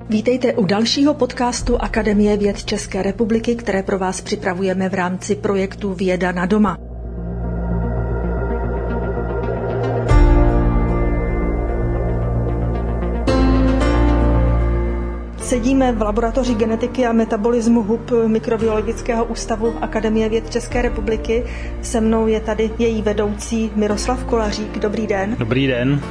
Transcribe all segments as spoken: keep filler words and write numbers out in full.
Vítejte u dalšího podcastu Akademie věd České republiky, které pro vás připravujeme v rámci projektu Věda na doma. Sedíme v laboratoři genetiky a metabolismu hub Mikrobiologického ústavu Akademie věd České republiky. Se mnou je tady její vedoucí Miroslav Kolařík. Dobrý den. Dobrý den.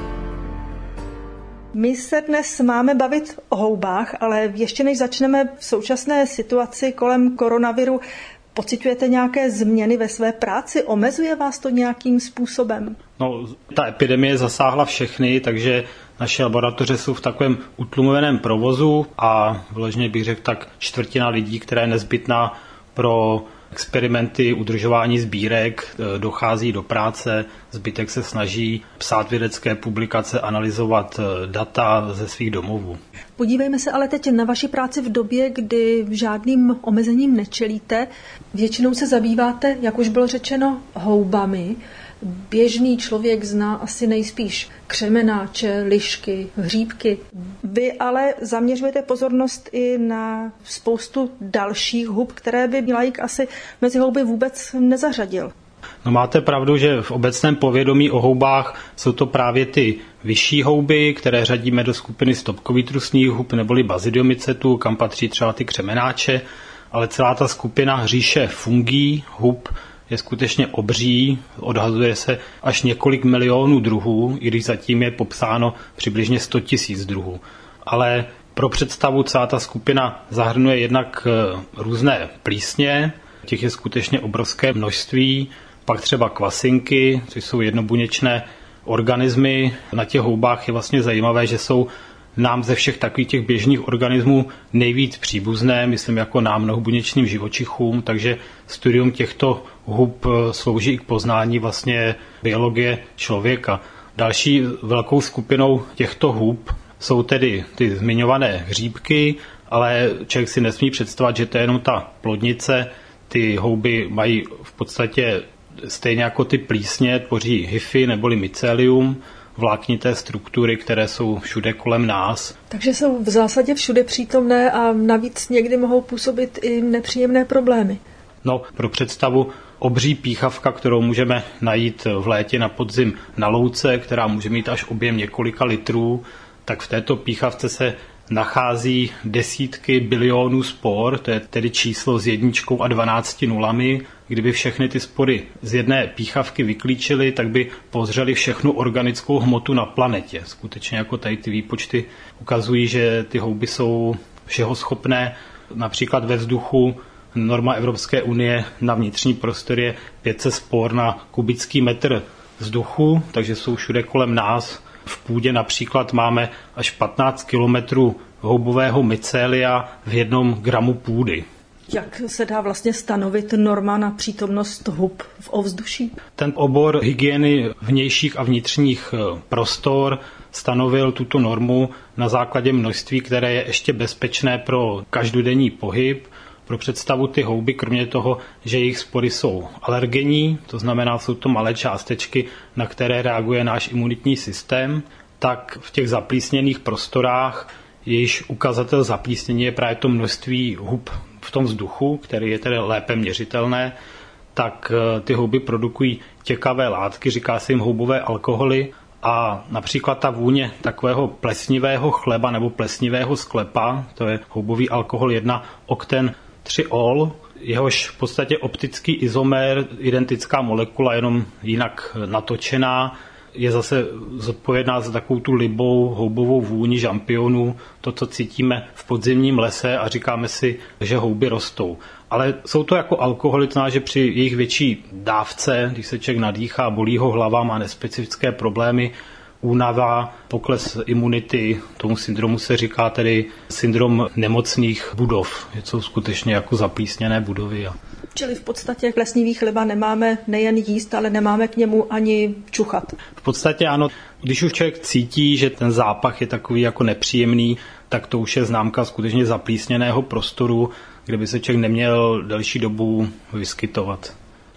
My se dnes máme bavit o houbách, ale ještě než začneme v současné situaci kolem koronaviru, pociťujete nějaké změny ve své práci? Omezuje vás to nějakým způsobem? No, ta epidemie zasáhla všechny, takže naše laboratoře jsou v takovém utlumeném provozu a vložně bych řekl tak čtvrtina lidí, která je nezbytná pro experimenty, udržování sbírek, dochází do práce, zbytek se snaží psát vědecké publikace, analyzovat data ze svých domovů. Podívejme se ale teď na vaši práci v době, kdy žádným omezením nečelíte. Většinou se zabýváte, jak už bylo řečeno, houbami. Běžný člověk zná asi nejspíš křemenáče, lišky, hříbky. Vy ale zaměřujete pozornost i na spoustu dalších hub, které by laik asi mezi houby vůbec nezařadil. No máte pravdu, že v obecném povědomí o houbách jsou to právě ty vyšší houby, které řadíme do skupiny stopkovýtrusných hub neboli bazidiomycetů, kam patří třeba ty křemenáče, ale celá ta skupina říše fungií hub je skutečně obří, odhaduje se až několik milionů druhů, i když zatím je popsáno přibližně sto tisíc druhů. Ale pro představu celá ta skupina zahrnuje jednak různé plísně, těch je skutečně obrovské množství, pak třeba kvasinky, což jsou jednobuněčné organismy. Na těch houbách je vlastně zajímavé, že jsou nám ze všech takových těch běžných organismů nejvíc příbuzné, myslím jako nám mnohobuněčným živočichům, takže studium těchto hub slouží i k poznání vlastně biologie člověka. Další velkou skupinou těchto hub jsou tedy ty zmiňované hříbky, ale člověk si nesmí představit, že to je jenom ta plodnice. Ty houby mají v podstatě stejně jako ty plísně, tvoří hyfy neboli mycelium, vláknité struktury, které jsou všude kolem nás. Takže jsou v zásadě všude přítomné a navíc někdy mohou působit i nepříjemné problémy. No, pro představu obří píchavka, kterou můžeme najít v létě na podzim na louce, která může mít až objem několika litrů, tak v této píchavce se nachází desítky bilionů spor, to je tedy číslo s jedničkou a dvanácti nulami. Kdyby všechny ty spory z jedné píchavky vyklíčily, tak by pozřeli všechnu organickou hmotu na planetě. Skutečně jako tady ty výpočty ukazují, že ty houby jsou všeho schopné. Například ve vzduchu norma Evropské unie na vnitřní prostor je pět set spor na kubický metr vzduchu, takže jsou všude kolem nás. V půdě například máme až patnáct kilometrů houbového mycelia v jednom gramu půdy. Jak se dá vlastně stanovit norma na přítomnost hub v ovzduší? Ten obor hygieny vnějších a vnitřních prostor stanovil tuto normu na základě množství, které je ještě bezpečné pro každodenní pohyb. Pro představu ty houby, kromě toho, že jejich spory jsou alergenní, to znamená, jsou to malé částečky, na které reaguje náš imunitní systém, tak v těch zaplísněných prostorách, jejíž ukazatel zaplísnění je právě to množství hub v tom vzduchu, který je tedy lépe měřitelné, tak ty houby produkují těkavé látky, říká se jim houbové alkoholy, a například ta vůně takového plesnivého chleba nebo plesnivého sklepa, to je houbový alkohol jedna okten tři ol, jehož v podstatě optický izomer, identická molekula, jenom jinak natočená, je zase zodpovědná za takovou tu libou houbovou vůni žampionů, to, co cítíme v podzimním lese a říkáme si, že houby rostou. Ale jsou to jako alkoholy, to znamená, že při jejich větší dávce, když se člověk nadýchá, bolí ho hlava, má nespecifické problémy, únava, pokles imunity, tomu syndromu se říká tedy syndrom nemocných budov. Je to skutečně jako zaplísněné budovy. Čili v podstatě plesnivý chleba nemáme nejen jíst, ale nemáme k němu ani čuchat. V podstatě ano. Když už člověk cítí, že ten zápach je takový jako nepříjemný, tak to už je známka skutečně zaplísněného prostoru, kde by se člověk neměl delší dobu vyskytovat.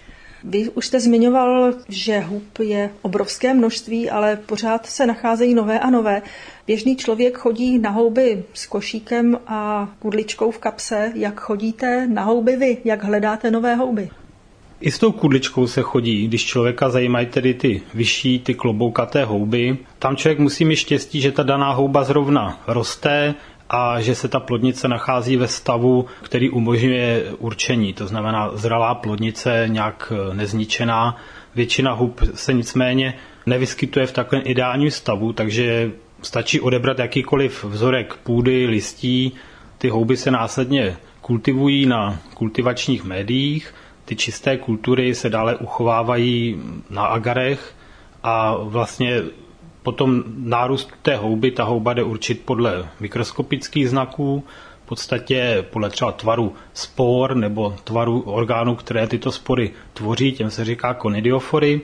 Vy už jste zmiňoval, že hub je obrovské množství, ale pořád se nacházejí nové a nové. Běžný člověk chodí na houby s košíkem a kudličkou v kapse. Jak chodíte na houby vy? Jak hledáte nové houby? I s tou kudličkou se chodí, když člověka zajímají tedy ty vyšší, ty kloboukaté houby. Tam člověk musí mít štěstí, že ta daná houba zrovna roste a že se ta plodnice nachází ve stavu, který umožňuje určení. To znamená zralá plodnice, nějak nezničená. Většina hub se nicméně nevyskytuje v takovém ideálním stavu, takže stačí odebrat jakýkoliv vzorek půdy, listí. Ty houby se následně kultivují na kultivačních médiích. Ty čisté kultury se dále uchovávají na agarech a vlastně potom nárůst té houby, ta houba jde určit podle mikroskopických znaků, v podstatě podle třeba tvaru spor nebo tvaru orgánů, které tyto spory tvoří, těm se říká konidiofory.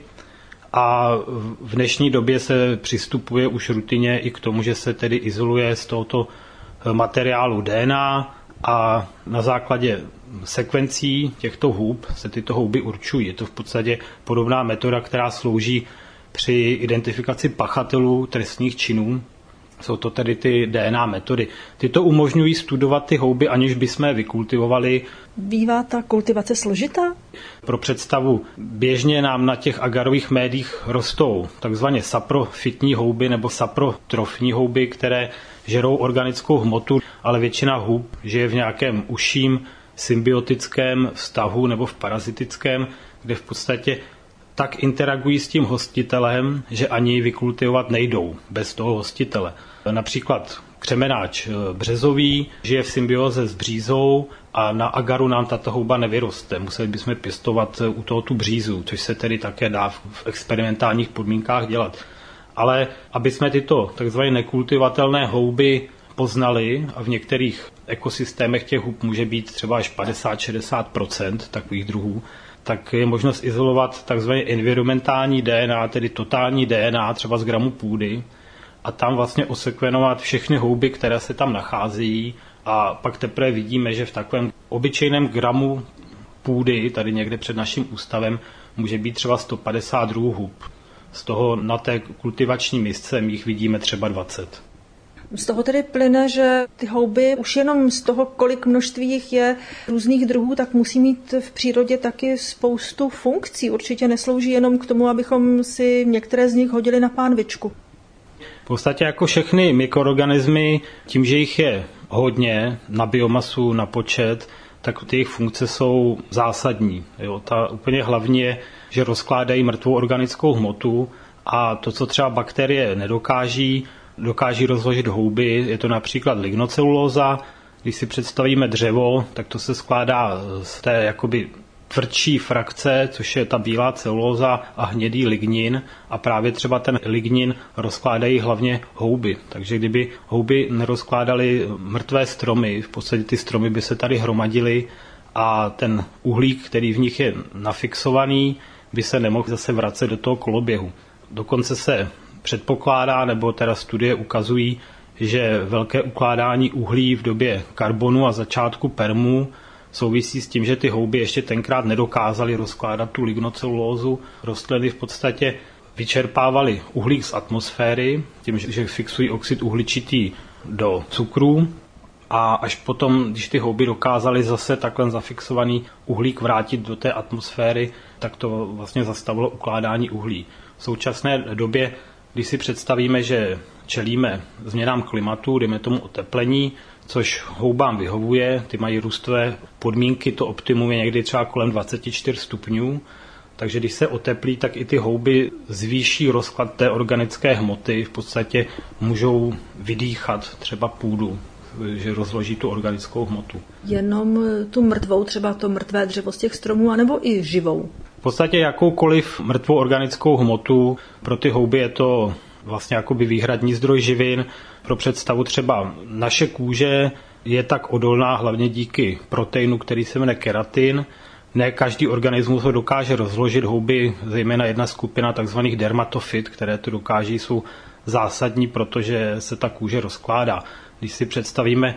A v dnešní době se přistupuje už rutině i k tomu, že se tedy izoluje z tohoto materiálu D N A a na základě sekvencí těchto hub se tyto houby určují. Je to v podstatě podobná metoda, která slouží při identifikaci pachatelů trestných činů. Jsou to tedy ty D N A metody. Tyto umožňují studovat ty houby, aniž bychom je vykultivovali. Bývá ta kultivace složitá? Pro představu, běžně nám na těch agarových médiích rostou takzvaně saprofitní houby nebo saprotrofní houby, které žerou organickou hmotu, ale většina hub žije v nějakém užším symbiotickém vztahu nebo v parazitickém, kde v podstatě tak interagují s tím hostitelem, že ani vykultivovat nejdou bez toho hostitele. Například křemenáč březový žije v symbioze s břízou a na agaru nám tato houba nevyroste. Museli bychom pěstovat u toho tu břízu, což se tedy také dá v experimentálních podmínkách dělat. Ale aby jsme tyto takzvané nekultivatelné houby poznali, a v některých ekosystémech těch hub může být třeba až padesát až šedesát procent takových druhů, tak je možnost izolovat takzvané environmentální D N A, tedy totální D N A třeba z gramu půdy a tam vlastně osekvenovat všechny houby, které se tam nacházejí a pak teprve vidíme, že v takovém obyčejném gramu půdy, tady někde před naším ústavem, může být třeba sto padesát druhů hub. Z toho na té kultivační misce jich vidíme třeba dvacet. Z toho tedy plyne, že ty houby už jenom z toho, kolik množství jich je různých druhů, tak musí mít v přírodě taky spoustu funkcí. Určitě neslouží jenom k tomu, abychom si některé z nich hodili na pánvičku. V podstatě jako všechny mikroorganismy, tím, že jich je hodně na biomasu, na počet, tak ty jejich funkce jsou zásadní. Jo, ta úplně hlavní je, že rozkládají mrtvou organickou hmotu a to, co třeba bakterie nedokáží, dokáží rozložit houby. Je to například lignocelulóza. Když si představíme dřevo, tak to se skládá z té jakoby tvrdší frakce, což je ta bílá celulóza a hnědý lignin a právě třeba ten lignin rozkládají hlavně houby. Takže kdyby houby nerozkládaly mrtvé stromy, v podstatě ty stromy by se tady hromadily a ten uhlík, který v nich je nafixovaný, by se nemohl zase vracet do toho koloběhu. Dokonce se předpokládá, nebo teda studie ukazují, že velké ukládání uhlí v době karbonu a začátku permu souvisí s tím, že ty houby ještě tenkrát nedokázaly rozkládat tu lignocelulózu. Rostliny v podstatě vyčerpávaly uhlík z atmosféry, tím, že fixují oxid uhličitý do cukru a až potom, když ty houby dokázaly zase takhle zafixovaný uhlík vrátit do té atmosféry, tak to vlastně zastavilo ukládání uhlí. V současné době, když si představíme, že čelíme změnám klimatu, dejme tomu oteplení, což houbám vyhovuje, ty mají růstové podmínky, to optimum je někdy třeba kolem dvacet čtyři stupňů, takže když se oteplí, tak i ty houby zvýší rozklad té organické hmoty, v podstatě můžou vydýchat třeba půdu, že rozloží tu organickou hmotu. Jenom tu mrtvou, třeba to mrtvé dřevo z těch stromů, anebo i živou? V podstatě jakoukoliv mrtvou organickou hmotu, pro ty houby je to vlastně jakoby výhradní zdroj živin. Pro představu třeba naše kůže je tak odolná hlavně díky proteinu, který se jmenuje keratin. Ne každý organismus ho dokáže rozložit. Houby, zejména jedna skupina tzv. Dermatofyt, které to dokáží, jsou zásadní, protože se ta kůže rozkládá. Když si představíme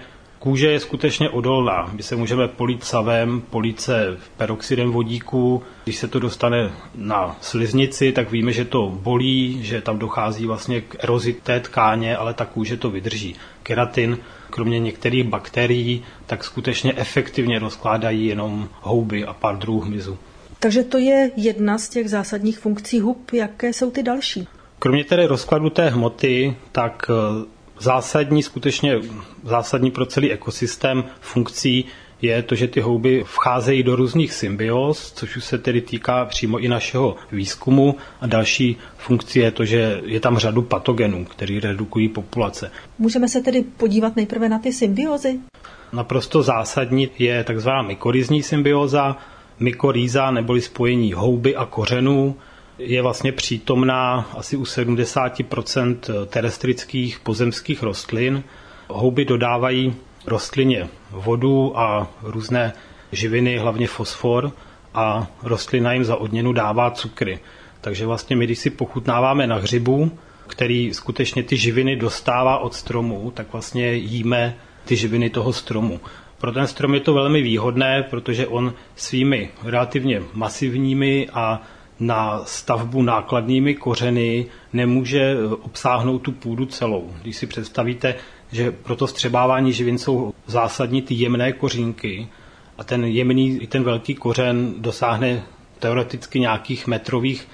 Kůže je skutečně odolná. My se můžeme polít savem, polít se peroxidem vodíku. Když se to dostane na sliznici, tak víme, že to bolí, že tam dochází vlastně k erozi té tkáně, ale ta kůže to vydrží. Keratin, kromě některých bakterií, tak skutečně efektivně rozkládají jenom houby a pár druhů hmyzu. Takže to je jedna z těch zásadních funkcí hub. Jaké jsou ty další? Kromě tedy rozkladu té hmoty, tak zásadní, skutečně zásadní pro celý ekosystém funkcí je to, že ty houby vcházejí do různých symbióz, což už se tedy týká přímo i našeho výzkumu. A další funkcí je to, že je tam řadu patogenů, který redukují populace. Můžeme se tedy podívat nejprve na ty symbiózy? Naprosto zásadní je takzvaná mykorýzní symbióza. Mykorýza neboli spojení houby a kořenů je vlastně přítomná asi u sedmdesát procent terestrických pozemských rostlin. Houby dodávají rostlině vodu a různé živiny, hlavně fosfor, a rostlina jim za odměnu dává cukry. Takže vlastně my, když si pochutnáváme na hřibu, který skutečně ty živiny dostává od stromu, tak vlastně jíme ty živiny toho stromu. Pro ten strom je to velmi výhodné, protože on svými relativně masivními a na stavbu nákladnými kořeny nemůže obsáhnout tu půdu celou. Když si představíte, že pro to vstřebávání živin jsou zásadní ty jemné kořínky a ten jemný i ten velký kořen dosáhne teoreticky nějakých metrových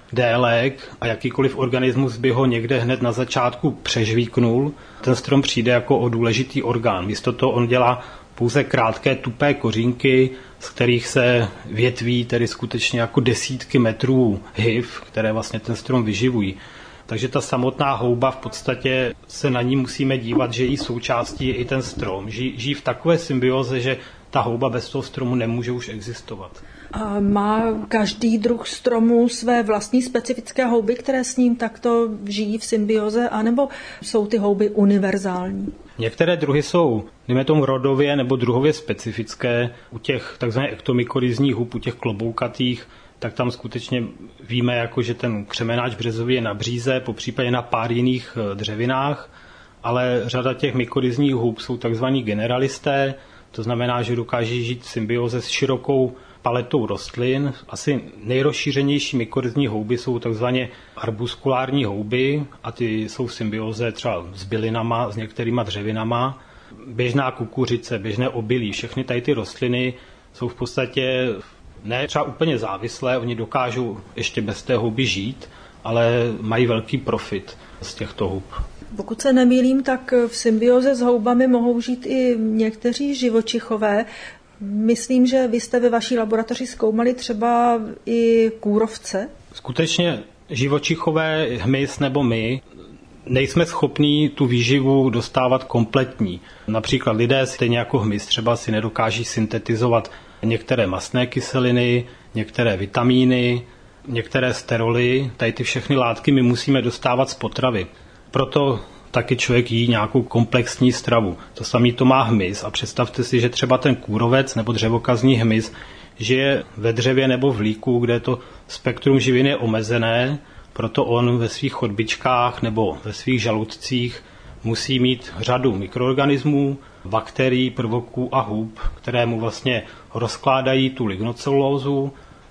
délek a jakýkoliv organismus by ho někde hned na začátku přežvíknul, ten strom přijde jako o důležitý orgán. Místo toho on dělá pouze krátké tupé kořínky, z kterých se větví tedy skutečně jako desítky metrů hyv, které vlastně ten strom vyživují. Takže ta samotná houba v podstatě se na ní musíme dívat, že její součástí je i ten strom. Žijí, žijí v takové symbioze, že ta houba bez toho stromu nemůže už existovat. A má každý druh stromu své vlastní specifické houby, které s ním takto žijí v symbioze, anebo jsou ty houby univerzální? Některé druhy jsou, dejme tomu, rodově nebo druhově specifické. U těch takzvaných ektomykorýzních hub, u těch kloboukatých, tak tam skutečně víme, jako, že ten křemenáč březový je na bříze, popřípadě na pár jiných dřevinách, ale řada těch mykorýzních hub jsou takzvaní generalisté, to znamená, že dokáží žít v symbioze s širokou paletou rostlin. Asi nejrozšířenější mykorýzní houby jsou takzvaně arbuskulární houby a ty jsou v symbioze třeba s bylinama, s některýma dřevinama. Běžná kukuřice, běžné obilí, všechny tady ty rostliny jsou v podstatě ne třeba úplně závislé, oni dokážou ještě bez té houby žít, ale mají velký profit z těchto hub. Pokud se nemýlím, tak v symbioze s houbami mohou žít i někteří živočichové. Myslím, že vy jste ve vaší laboratoři zkoumali třeba i kůrovce. Skutečně živočichové, hmyz nebo my, nejsme schopní tu výživu dostávat kompletní. Například lidé stejně jako hmyz třeba si nedokáží syntetizovat některé mastné kyseliny, některé vitamíny, některé steroly. Tady ty všechny látky my musíme dostávat z potravy. Proto taky člověk jí nějakou komplexní stravu. To samé to má hmyz a představte si, že třeba ten kůrovec nebo dřevokazní hmyz žije ve dřevě nebo v líku, kde to spektrum živin je omezené, proto on ve svých chodbičkách nebo ve svých žaludcích musí mít řadu mikroorganismů, bakterií, prvoků a hub, které mu vlastně rozkládají tu lignocelulózu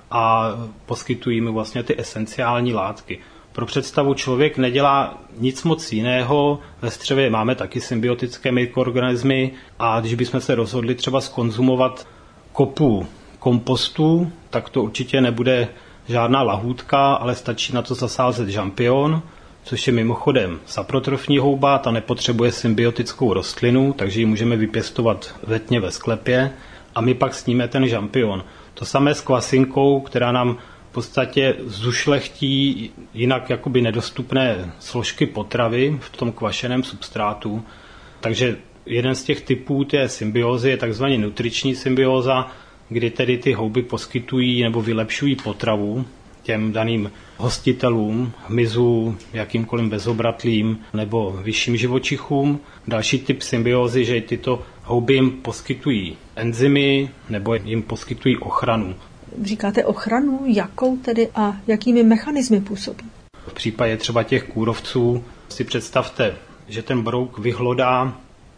a poskytují mu vlastně ty esenciální látky. Pro představu, člověk nedělá nic moc jiného. Ve střevě máme taky symbiotické mikroorganismy a když bychom se rozhodli třeba zkonzumovat kopu kompostu, tak to určitě nebude žádná lahůdka, ale stačí na to zasázet žampion, což je mimochodem saprotrofní houba, ta nepotřebuje symbiotickou rostlinu, takže ji můžeme vypěstovat vetně ve sklepě a my pak sníme ten žampion. To samé s kvasinkou, která nám v podstatě zušlechtí jinak jakoby nedostupné složky potravy v tom kvašeném substrátu. Takže jeden z těch typů té symbiózy je takzvaně nutriční symbióza, kdy tedy ty houby poskytují nebo vylepšují potravu těm daným hostitelům, hmyzu, jakýmkoliv bezobratlým nebo vyšším živočichům. Další typ symbiózy, že tyto houby jim poskytují enzymy nebo jim poskytují ochranu. Říkáte ochranu, jakou tedy a jakými mechanismy působí? V případě třeba těch kůrovců si představte, že ten brouk vyhlodá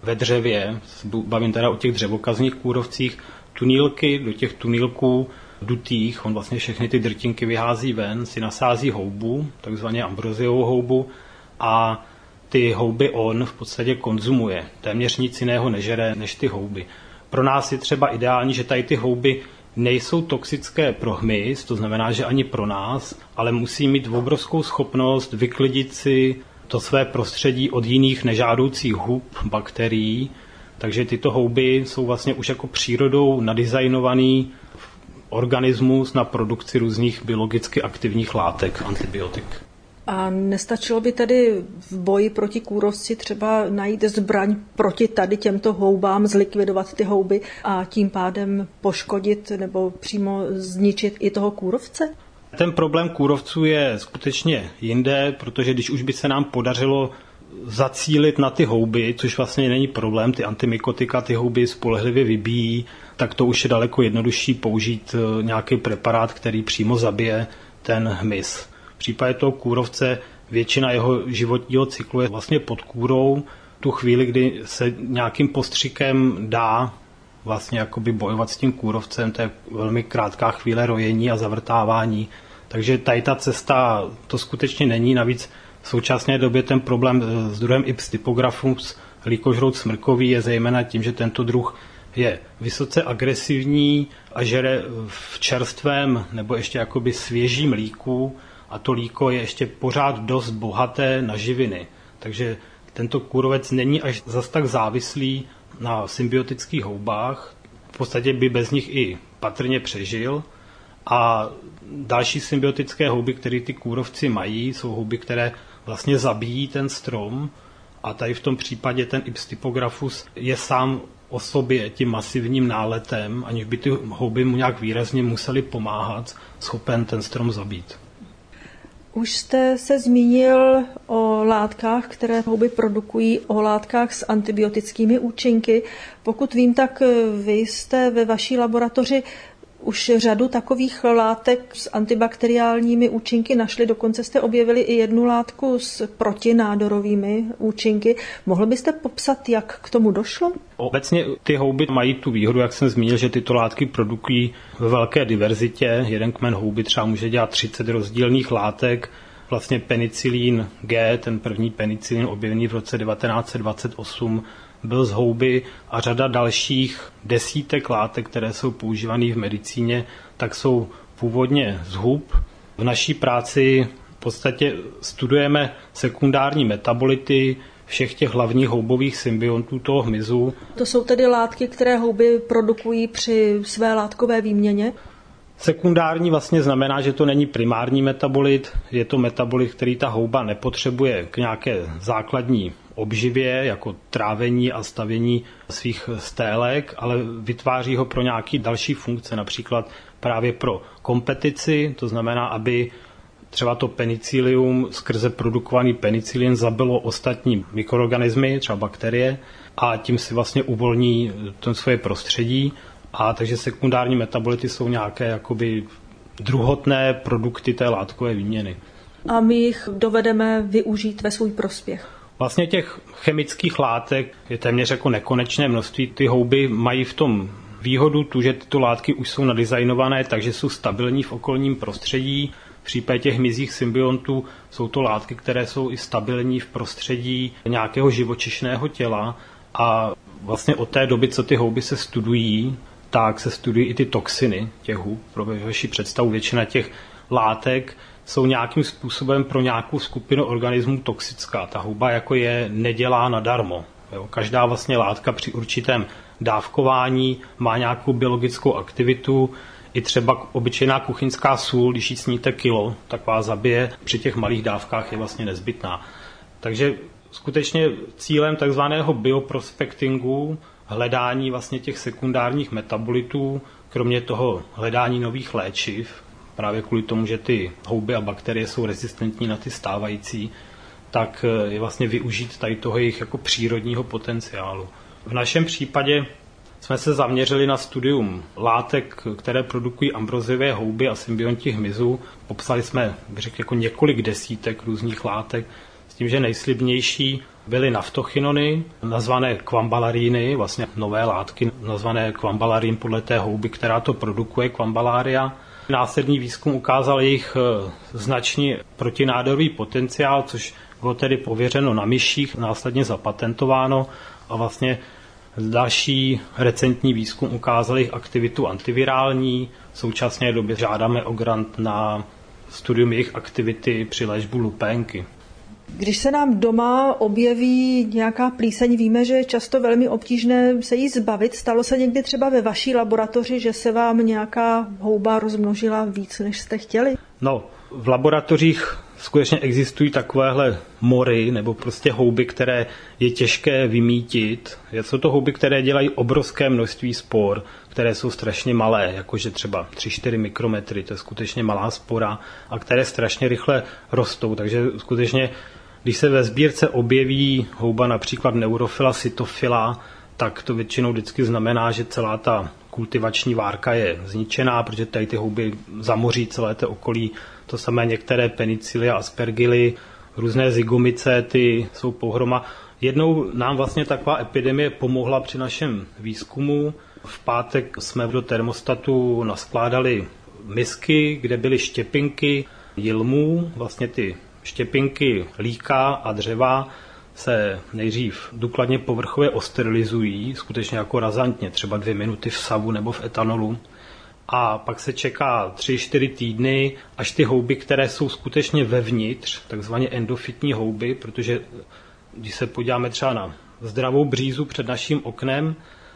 ve dřevě, bavím teda o těch dřevokazních kůrovcích, tunýlky, do těch tunýlků dutých, on vlastně všechny ty drtinky vyhází ven, si nasází houbu, takzvaně ambroziovou houbu, a ty houby on v podstatě konzumuje. Téměř nic jiného nežere než ty houby. Pro nás je třeba ideální, že tady ty houby nejsou toxické pro hmyz, to znamená, že ani pro nás, ale musí mít obrovskou schopnost vyklidit si to své prostředí od jiných nežádoucích hub, bakterií. Takže tyto houby jsou vlastně už jako přírodou nadizajnovaný organismus na produkci různých biologicky aktivních látek, antibiotik. A nestačilo by tedy v boji proti kůrovci třeba najít zbraň proti tady těmto houbám, zlikvidovat ty houby a tím pádem poškodit nebo přímo zničit i toho kůrovce? Ten problém kůrovců je skutečně jinde, protože když už by se nám podařilo zacílit na ty houby, což vlastně není problém, ty antimykotika ty houby spolehlivě vybíjí, tak to už je daleko jednodušší použít nějaký preparát, který přímo zabije ten hmyz. V případě toho kůrovce většina jeho životního cyklu je vlastně pod kůrou. Tu chvíli, kdy se nějakým postřikem dá vlastně jakoby bojovat s tím kůrovcem, to je velmi krátká chvíle rojení a zavrtávání. Takže tady ta cesta to skutečně není. Navíc v současné době ten problém s druhem Ips typographus, líkožrout smrkový, je zejména tím, že tento druh je vysoce agresivní a žere v čerstvém nebo ještě jakoby svěžím líku, a to líko je ještě pořád dost bohaté na živiny. Takže tento kůrovec není až zas tak závislý na symbiotických houbách. V podstatě by bez nich i patrně přežil. A další symbiotické houby, které ty kůrovci mají, jsou houby, které vlastně zabíjí ten strom. A tady v tom případě ten Ips typographus je sám o sobě tím masivním náletem, aniž by ty houby mu nějak výrazně museli pomáhat, schopen ten strom zabít. Už jste se zmínil o látkách, které houby produkují, o látkách s antibiotickými účinky. Pokud vím, tak vy jste ve vaší laboratoři už řadu takových látek s antibakteriálními účinky našli, dokonce jste objevili i jednu látku s protinádorovými účinky. Mohl byste popsat, jak k tomu došlo? Obecně ty houby mají tu výhodu, jak jsem zmínil, že tyto látky produkují ve velké diverzitě. Jeden kmen houby třeba může dělat třicet rozdílných látek. Vlastně penicilín G, ten první penicilín objevený v roce devatenáct set dvacet osm, byl z houby, a řada dalších desítek látek, které jsou používané v medicíně, tak jsou původně z hub. V naší práci v podstatě studujeme sekundární metabolity všech těch hlavních houbových symbiontů toho hmyzu. To jsou tedy látky, které houby produkují při své látkové výměně? Sekundární vlastně znamená, že to není primární metabolit, je to metabolit, který ta houba nepotřebuje k nějaké základní obživě, jako trávení a stavění svých stélek, ale vytváří ho pro nějaké další funkce, například právě pro kompetici, to znamená, aby třeba to penicillium skrze produkovaný penicillin zabilo ostatní mikroorganismy, třeba bakterie, a tím si vlastně uvolní to svoje prostředí. A takže sekundární metabolity jsou nějaké jakoby druhotné produkty té látkové výměny. A my jich dovedeme využít ve svůj prospěch. Vlastně těch chemických látek je téměř jako nekonečné množství. Ty houby mají v tom výhodu tu, že tyto látky už jsou nadizajnované, takže jsou stabilní v okolním prostředí. V případě těch hmyzích symbiontů jsou to látky, které jsou i stabilní v prostředí nějakého živočišného těla, a vlastně od té doby, co ty houby se studují, tak se studují i ty toxiny těch hub. Pro vaši představu většina těch látek jsou nějakým způsobem pro nějakou skupinu organismů toxická. Ta houba jako je nedělá nadarmo. Jo? Každá vlastně látka při určitém dávkování má nějakou biologickou aktivitu. I třeba obyčejná kuchyňská sůl, když jí sníte kilo, tak vás zabije. Při těch malých dávkách je vlastně nezbytná. Takže skutečně cílem takzvaného bioprospektingu, hledání vlastně těch sekundárních metabolitů, kromě toho hledání nových léčiv, právě kvůli tomu, že ty houby a bakterie jsou rezistentní na ty stávající, tak je vlastně využít tady toho jejich jako přírodního potenciálu. V našem případě jsme se zaměřili na studium látek, které produkují ambroziové houby a symbionti hmyzu. Popsali jsme, bych řekl, jako několik desítek různých látek. Z tím, že nejslibnější byly naftochinony, nazvané kvambalariny, vlastně nové látky, nazvané kvambalarin podle té houby, která to produkuje, kvambalaria. Následný výzkum ukázal jejich značný protinádorový potenciál, což bylo tedy pověřeno na myších, následně zapatentováno a vlastně další recentní výzkum ukázal jejich aktivitu antivirální. V současné době žádáme o grant na studium jejich aktivity při léčbu lupénky. Když se nám doma objeví nějaká plíseň, víme, že je často velmi obtížné se jí zbavit. Stalo se někdy třeba ve vaší laboratoři, že se vám nějaká houba rozmnožila víc, než jste chtěli? No, v laboratořích skutečně existují takovéhle mory nebo prostě houby, které je těžké vymítit. Jsou to houby, které dělají obrovské množství spor, které jsou strašně malé, jakože třeba tři čtyři mikrometry, to je skutečně malá spora, a které strašně rychle rostou. Takže skutečně, když se ve sbírce objeví houba například Neurophila cytophila, tak to většinou vždycky znamená, že celá ta kultivační várka je zničená, protože tady ty houby zamoří celé to okolí. To samé některé penicilia, aspergily, různé zygomycéty jsou pohroma. Jednou nám vlastně taková epidemie pomohla při našem výzkumu. V pátek jsme do termostatu naskládali misky, kde byly štěpinky jilmů, vlastně ty štěpinky líka a dřeva se nejdřív důkladně povrchově osterilizují, skutečně jako razantně, třeba dvě minuty v savu nebo v etanolu. A pak se čeká tři čtyři týdny, až ty houby, které jsou skutečně vevnitř, takzvaně endofitní houby, protože když se podíváme třeba na zdravou břízu před naším oknem,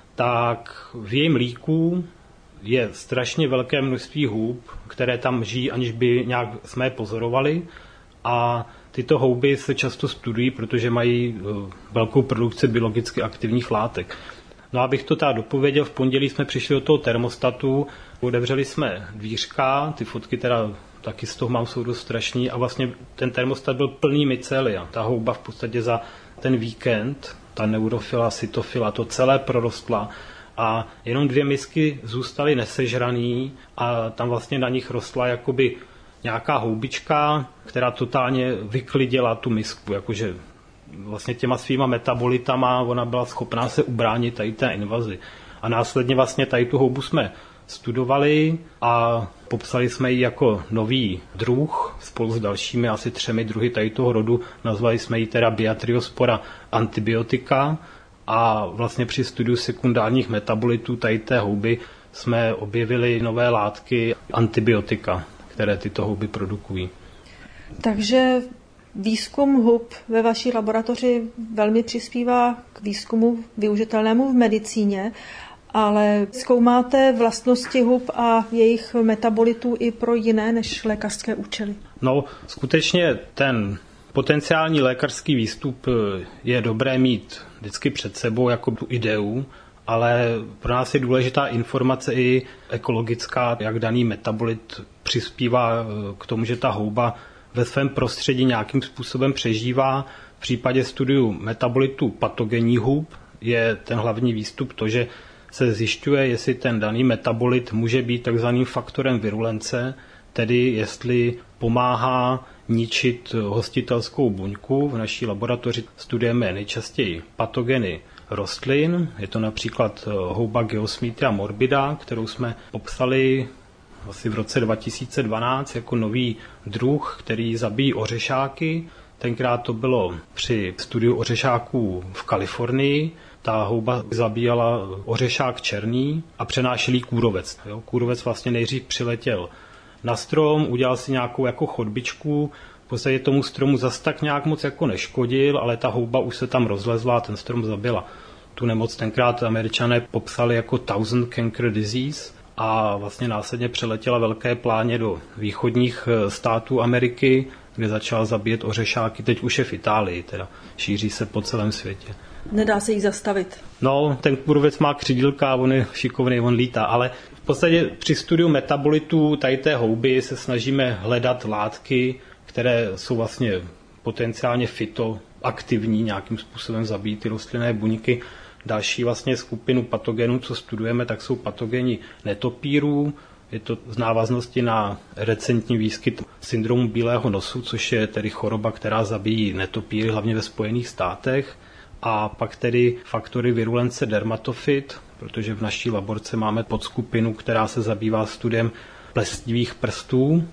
tak v jejím líku je strašně velké množství hub, které tam žijí, aniž by nějak jsme je pozorovali. A tyto houby se často studují, protože mají velkou produkci biologicky aktivních látek. No a abych to teda dopověděl, v pondělí jsme přišli do toho termostatu, otevřeli jsme dvířka, ty fotky teda taky z toho mám, jsou dost strašný, a vlastně ten termostat byl plný mycelia. Ta houba v podstatě za ten víkend, ta Neurophila cytophila, to celé prorostla a jenom dvě misky zůstaly nesežraný a tam vlastně na nich rostla jakoby nějaká houbička, která totálně vyklidila tu misku, jakože vlastně těma svýma metabolitama ona byla schopná se ubránit tady té invazi. A následně vlastně tady tu houbu jsme studovali a popsali jsme ji jako nový druh spolu s dalšími asi třemi druhy tady toho rodu. Nazvali jsme ji teda Biatriospora antibiotika a vlastně při studiu sekundárních metabolitů tady té houby jsme objevili nové látky antibiotika, které tyto houby produkují. Takže výzkum hub ve vaší laboratoři velmi přispívá k výzkumu využitelnému v medicíně, ale zkoumáte vlastnosti hub a jejich metabolitů i pro jiné než lékařské účely? No, skutečně ten potenciální lékařský výstup je dobré mít vždycky před sebou jako tu ideu, ale pro nás je důležitá informace i ekologická, jak daný metabolit přispívá k tomu, že ta houba ve svém prostředí nějakým způsobem přežívá. V případě studiu metabolitu patogenních hub je ten hlavní výstup to, že se zjišťuje, jestli ten daný metabolit může být takzvaným faktorem virulence, tedy jestli pomáhá ničit hostitelskou buňku. V naší laboratoři studujeme nejčastěji patogeny rostlin. Je to například houba Geosmithia morbida, kterou jsme popsali asi v roce dva tisíce dvanáct jako nový druh, který zabíjí ořešáky. Tenkrát to bylo při studiu ořešáků v Kalifornii. Ta houba zabíjela ořešák černý a přenášel jí kůrovec. Jo? Kůrovec vlastně nejdřív přiletěl na strom, udělal si nějakou jako chodbičku, v podstatě tomu stromu zas tak nějak moc jako neškodil, ale ta houba už se tam rozlezla a ten strom zabila. Tu nemoc tenkrát Američané popsali jako Thousand Canker Disease a vlastně následně přeletěla velké pláně do východních států Ameriky, kde začala zabíjet ořešáky, teď už je v Itálii, teda šíří se po celém světě. Nedá se jí zastavit. No, ten kůrovec má křidílka, on je šikovný, on lítá, ale v podstatě při studiu metabolitů tady té houby se snažíme hledat látky, které jsou vlastně potenciálně fytoaktivní, nějakým způsobem zabíjí ty rostlinné buňky. Další vlastně skupinu patogenů, co studujeme, tak jsou patogeni netopírů, Je to z návaznosti na recentní výskyt syndromu bílého nosu, což je tedy choroba, která zabíjí netopýry, hlavně ve Spojených státech. A pak tedy faktory virulence dermatofyt, protože v naší laborce máme podskupinu, která se zabývá studiem plesnivých prstů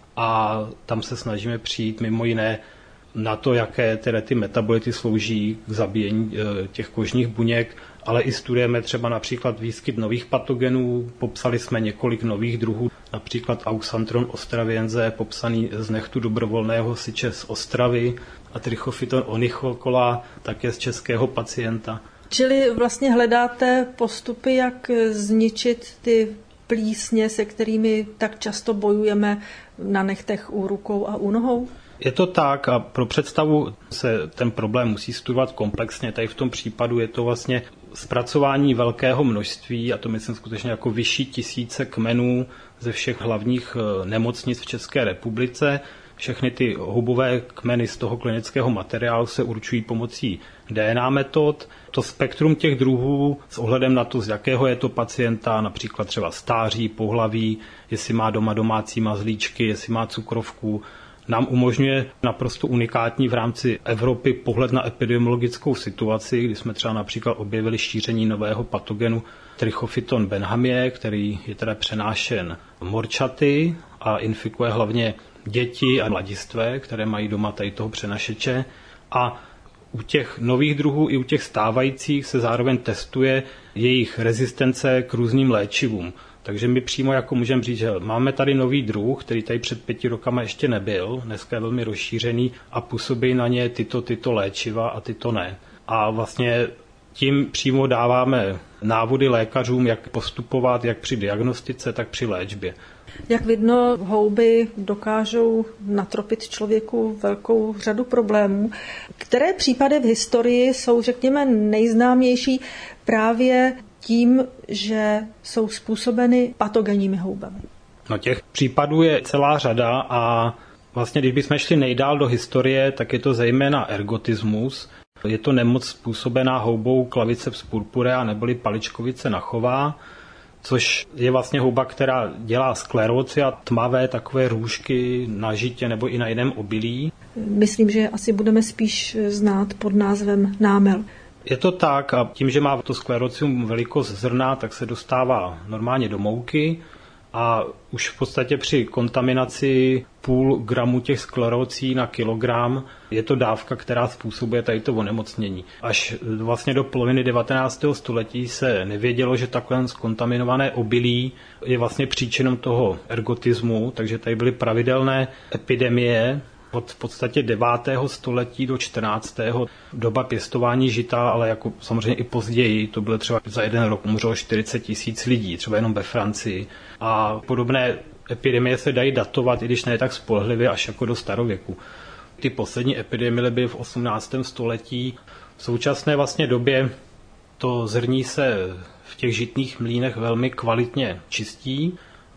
a tam se snažíme přijít mimo jiné na to, jaké tedy ty metabolity slouží k zabíjení těch kožních buněk, ale i studujeme třeba například výskyt nových patogenů. Popsali jsme několik nových druhů, například Auxantron ostraviense, popsaný z nechtu dobrovolného syče z Ostravy, a Trichophyton onychocola, také z českého pacienta. Čili vlastně hledáte postupy, jak zničit ty plísně, se kterými tak často bojujeme na nechtech u rukou a u nohou? Je to tak a pro představu se ten problém musí studovat komplexně. Tady v tom případu je to vlastně zpracování velkého množství, a to myslím skutečně jako vyšší tisíce kmenů ze všech hlavních nemocnic v České republice. Všechny ty houbové kmeny z toho klinického materiálu se určují pomocí D N A metod. To spektrum těch druhů s ohledem na to, z jakého je to pacienta, například třeba stáří, pohlaví, jestli má doma domácí mazlíčky, jestli má cukrovku, nám umožňuje naprosto unikátní v rámci Evropy pohled na epidemiologickou situaci, kdy jsme třeba například objevili šíření nového patogenu Trichophyton benhamie, který je teda přenášen morčaty a infikuje hlavně děti a mladistvé, které mají doma tady toho přenašeče. A u těch nových druhů i u těch stávajících se zároveň testuje jejich rezistence k různým léčivům. Takže my přímo jako můžeme říct, že máme tady nový druh, který tady před pěti rokama ještě nebyl, dneska je velmi rozšířený a působí na ně tyto, tyto léčiva a tyto ne. A vlastně tím přímo dáváme návody lékařům, jak postupovat, jak při diagnostice, tak při léčbě. Jak vidno, houby dokážou natropit člověku velkou řadu problémů. Které případy v historii jsou, řekněme, nejznámější právě tím, že jsou způsobeny patogenními houbami? No těch případů je celá řada a vlastně, když bychom šli nejdál do historie, tak je to zejména ergotismus. Je to nemoc způsobená houbou Claviceps purpurea neboli paličkovice nachová, což je vlastně houba, která dělá sklerózy a tmavé takové růžky na žitě nebo i na jiném obilí. Myslím, že asi budeme spíš znát pod názvem námel. Je to tak a tím, že má to sklerócium velikost zrna, tak se dostává normálně do mouky a už v podstatě při kontaminaci půl gramu těch sklerócí na kilogram je to dávka, která způsobuje tady to onemocnění. Až vlastně do poloviny devatenáctého století se nevědělo, že takhle zkontaminované obilí je vlastně příčinou toho ergotismu, takže tady byly pravidelné epidemie od v podstatě devátého století do čtrnáctého doba pěstování žita, ale jako samozřejmě i později, to bylo třeba za jeden rok umřelo čtyřicet tisíc lidí, třeba jenom ve Francii. A podobné epidemie se dají datovat, i když ne tak spolehlivě, až jako do starověku. Ty poslední epidemie byly v osmnáctém století. V současné vlastně době to zrní se v těch žitných mlýnech velmi kvalitně čistí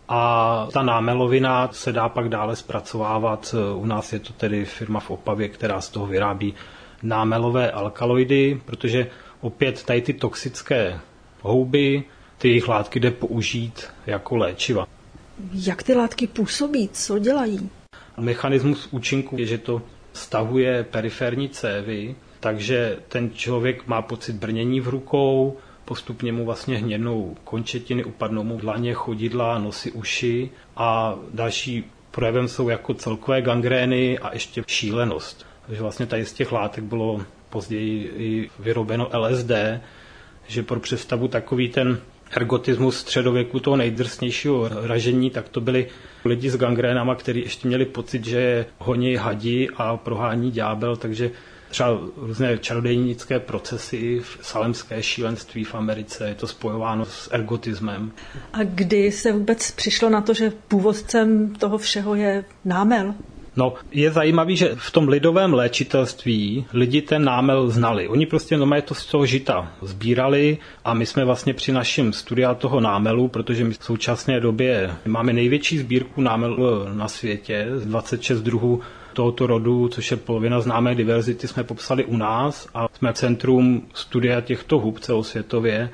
a ta námelovina se dá pak dále zpracovávat. U nás je to tedy firma v Opavě, která z toho vyrábí námelové alkaloidy, protože opět tady ty toxické houby, ty jejich látky jde použít jako léčiva. Jak ty látky působí? Co dělají? Mechanismus účinku je, že to stahuje periferní cévy, takže ten člověk má pocit brnění v rukou, postupně mu vlastně hnědnou končetiny, upadnou mu dlaně, chodidla, nosy, uši a další projevem jsou jako celkové gangrény a ještě šílenost. Takže vlastně tady z těch látek bylo později i vyrobeno L S D, že pro představu takový ten ergotismus středověku toho nejdrsnějšího ražení, tak to byli lidi s gangrénama, kteří ještě měli pocit, že je honí hadi a prohání ďábel, takže třeba různé čarodějnické procesy, salemské šílenství v Americe, je to spojováno s ergotismem. A kdy se vůbec přišlo na to, že původcem toho všeho je námel? No, je zajímavý, že v tom lidovém léčitelství lidi ten námel znali. Oni prostě normálně to z toho žita sbírali a my jsme vlastně při našem studiu toho námelu, protože my v současné době máme největší sbírku námelů na světě, dvacet šest druhů tohoto rodu, což je polovina známé diverzity, jsme popsali u nás a jsme centrum studia těchto hub celosvětově.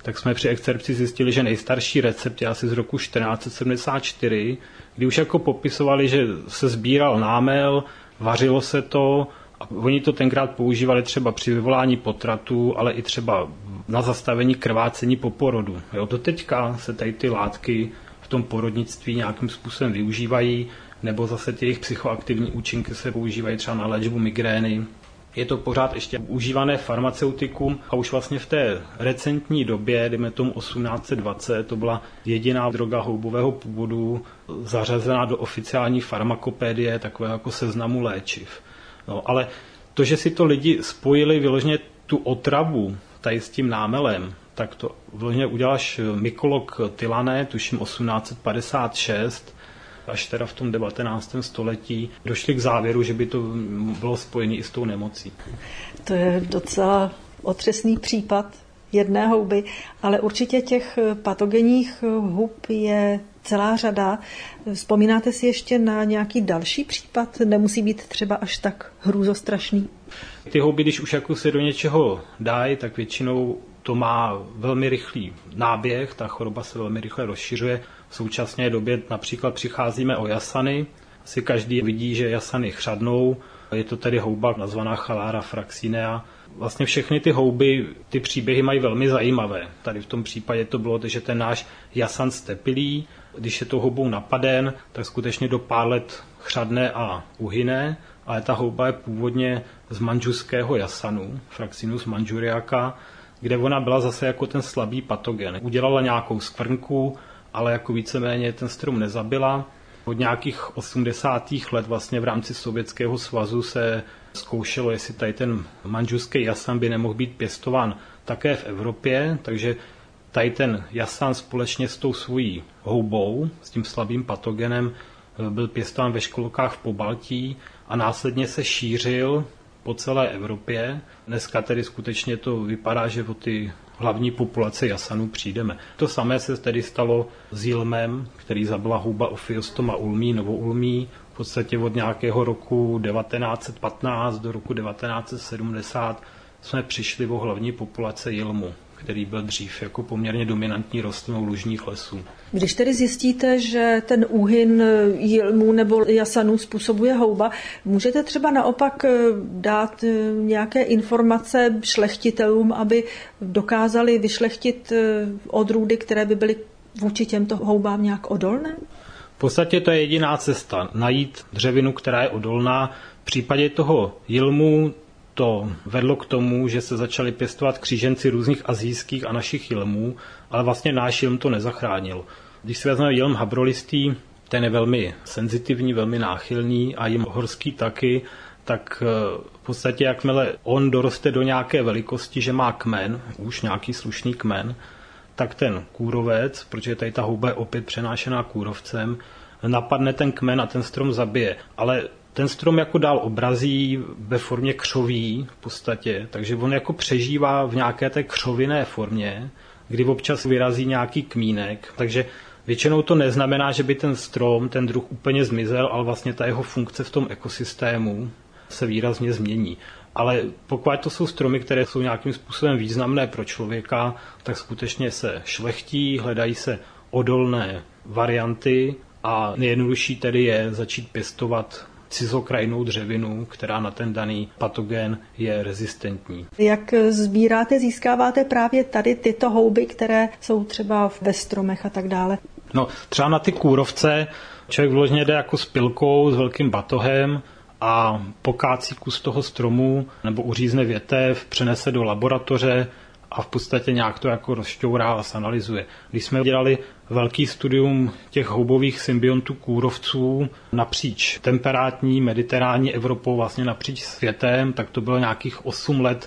tak jsme při excerpci zjistili, že nejstarší recept je asi z roku čtrnáct set sedmdesát čtyři, kdy už jako popisovali, že se sbíral námel, vařilo se to a oni to tenkrát používali třeba při vyvolání potratu, ale i třeba na zastavení krvácení po porodu. Jo, doteďka se tady ty látky v tom porodnictví nějakým způsobem využívají, nebo zase ty jejich psychoaktivní účinky se používají třeba na léčbu migrény. Je to pořád ještě užívané farmaceutikum a už vlastně v té recentní době, dejme tomu osmnáct set dvacet, to byla jediná droga houbového původu zařazená do oficiální farmakopédie, takového jako seznamu léčiv. No, ale to, že si to lidi spojili vyloženě tu otravu tady s tím námelem, tak to vyloženě udělal až mykolog Tylané, tuším osmnáct set padesát šest, až teda v tom devatenáctém století došli k závěru, že by to bylo spojené i s tou nemocí. To je docela otřesný případ jedné houby, ale určitě těch patogenních hub je celá řada. Vzpomínáte si ještě na nějaký další případ? Nemusí být třeba až tak hrůzostrašný. Ty houby, když už jako se do něčeho dají, tak většinou to má velmi rychlý náběh, ta choroba se velmi rychle rozšiřuje. V současné době například přicházíme o jasany. Asi každý vidí, že jasany chřadnou. Je to tedy houba nazvaná Chalara fraxinea. Vlastně všechny ty houby, ty příběhy mají velmi zajímavé. Tady v tom případě to bylo, že ten náš jasan stepilý, když je tou houbou napaden, tak skutečně do pár let chřadne a uhyne, ale ta houba je původně z manžuského jasanu, Fraxinus manžuriaka, kde ona byla zase jako ten slabý patogen. Udělala nějakou skvrnku, ale jako víceméně ten strom nezabila. Od nějakých osmdesátých let vlastně v rámci Sovětského svazu se zkoušelo, jestli tady ten manžuský jasan by nemohl být pěstován také v Evropě, takže tady ten jasan společně s tou svojí houbou, s tím slabým patogenem, byl pěstován ve školkách v Pobaltí a následně se šířil po celé Evropě. Dneska tedy skutečně to vypadá, že o ty hlavní populace jasanů přijdeme. To samé se tedy stalo s jilmem, který zabila houba Ophiostoma ulmi, novoulmí. V podstatě od nějakého roku devatenáct set patnáct do roku devatenáct set sedmdesát jsme přišli o hlavní populace jilmu, který byl dřív jako poměrně dominantní rostlinou lužních lesů. Když tedy zjistíte, že ten úhyn jilmů nebo jasanů způsobuje houba, můžete třeba naopak dát nějaké informace šlechtitelům, aby dokázali vyšlechtit odrůdy, které by byly vůči těmto houbám nějak odolné? V podstatě to je jediná cesta, najít dřevinu, která je odolná. V případě toho jilmu to vedlo k tomu, že se začali pěstovat kříženci různých asijských a našich jilmů, ale vlastně náš jilm to nezachránil. Když si vezmeme jilm habrolistý, ten je velmi senzitivní, velmi náchylný a jilm horský taky, tak v podstatě jakmile on doroste do nějaké velikosti, že má kmen, už nějaký slušný kmen, tak ten kůrovec, protože tady ta houba je opět přenášená kůrovcem, napadne ten kmen a ten strom zabije. Ale ten strom jako dál obrazí ve formě křoví v podstatě, takže on jako přežívá v nějaké té křovinné formě, kdy občas vyrazí nějaký kmínek, takže většinou to neznamená, že by ten strom, ten druh úplně zmizel, ale vlastně ta jeho funkce v tom ekosystému se výrazně změní. Ale pokud to jsou stromy, které jsou nějakým způsobem významné pro člověka, tak skutečně se šlechtí, hledají se odolné varianty a nejjednodušší tedy je začít pěstovat cizokrajnou dřevinu, která na ten daný patogen je rezistentní. Jak sbíráte, získáváte právě tady tyto houby, které jsou třeba ve stromech a tak dále? No, třeba na ty kůrovce člověk vložně jde jako s pilkou, s velkým batohem a pokácí kus toho stromu nebo uřízne větev, přenese do laboratoře a v podstatě nějak to jako rozšťourá a analyzuje. Když jsme dělali velký studium těch houbových symbiontů kůrovců napříč temperátní, mediterální Evropou, vlastně napříč světem, tak to bylo nějakých osm let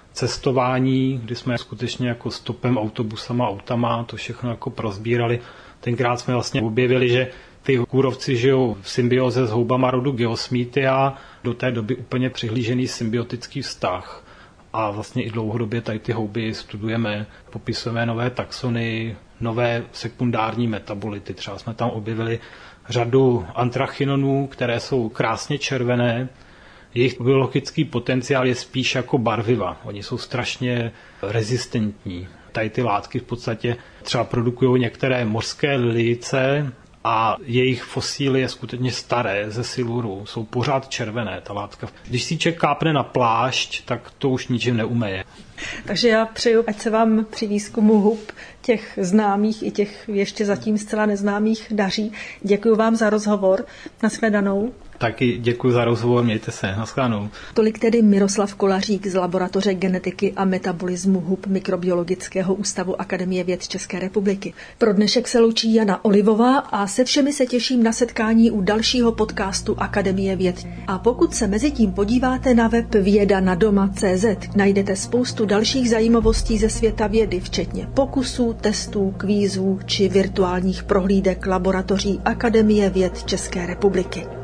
cestování, kdy jsme skutečně jako stopem, autobusama, autama to všechno jako prozbírali. Tenkrát jsme vlastně objevili, že ty kůrovci žijou v symbioze s houbama rodu Geosmitia, do té doby úplně přihlížený symbiotický vztah. A vlastně i dlouhodobě tady ty houby studujeme, popisujeme nové taxony, nové sekundární metabolity. Třeba jsme tam objevili řadu antrachinonů, které jsou krásně červené. Jejich biologický potenciál je spíš jako barviva. Oni jsou strašně rezistentní Tady ty látky v podstatě třeba produkují některé mořské lilice a jejich fosíly je skutečně staré ze siluru, jsou pořád červené, ta látka. Když si člověk kápne na plášť, tak to už ničím neumeje. Takže já přeju, ať se vám při výzkumu hub těch známých i těch ještě zatím zcela neznámých daří. Děkuji vám za rozhovor. Nashledanou. Taky děkuji za rozhovor, mějte se, nashledanou. Tolik tedy Miroslav Kolařík z Laboratoře genetiky a metabolismu hub Mikrobiologického ústavu Akademie věd České republiky. Pro dnešek se loučí Jana Olivová a se všemi se těším na setkání u dalšího podcastu Akademie věd. A pokud se mezi tím podíváte na web věda na doma tečka cé zet, najdete spoustu dalších zajímavostí ze světa vědy, včetně pokusů, testů, kvízů či virtuálních prohlídek laboratoří Akademie věd České republiky.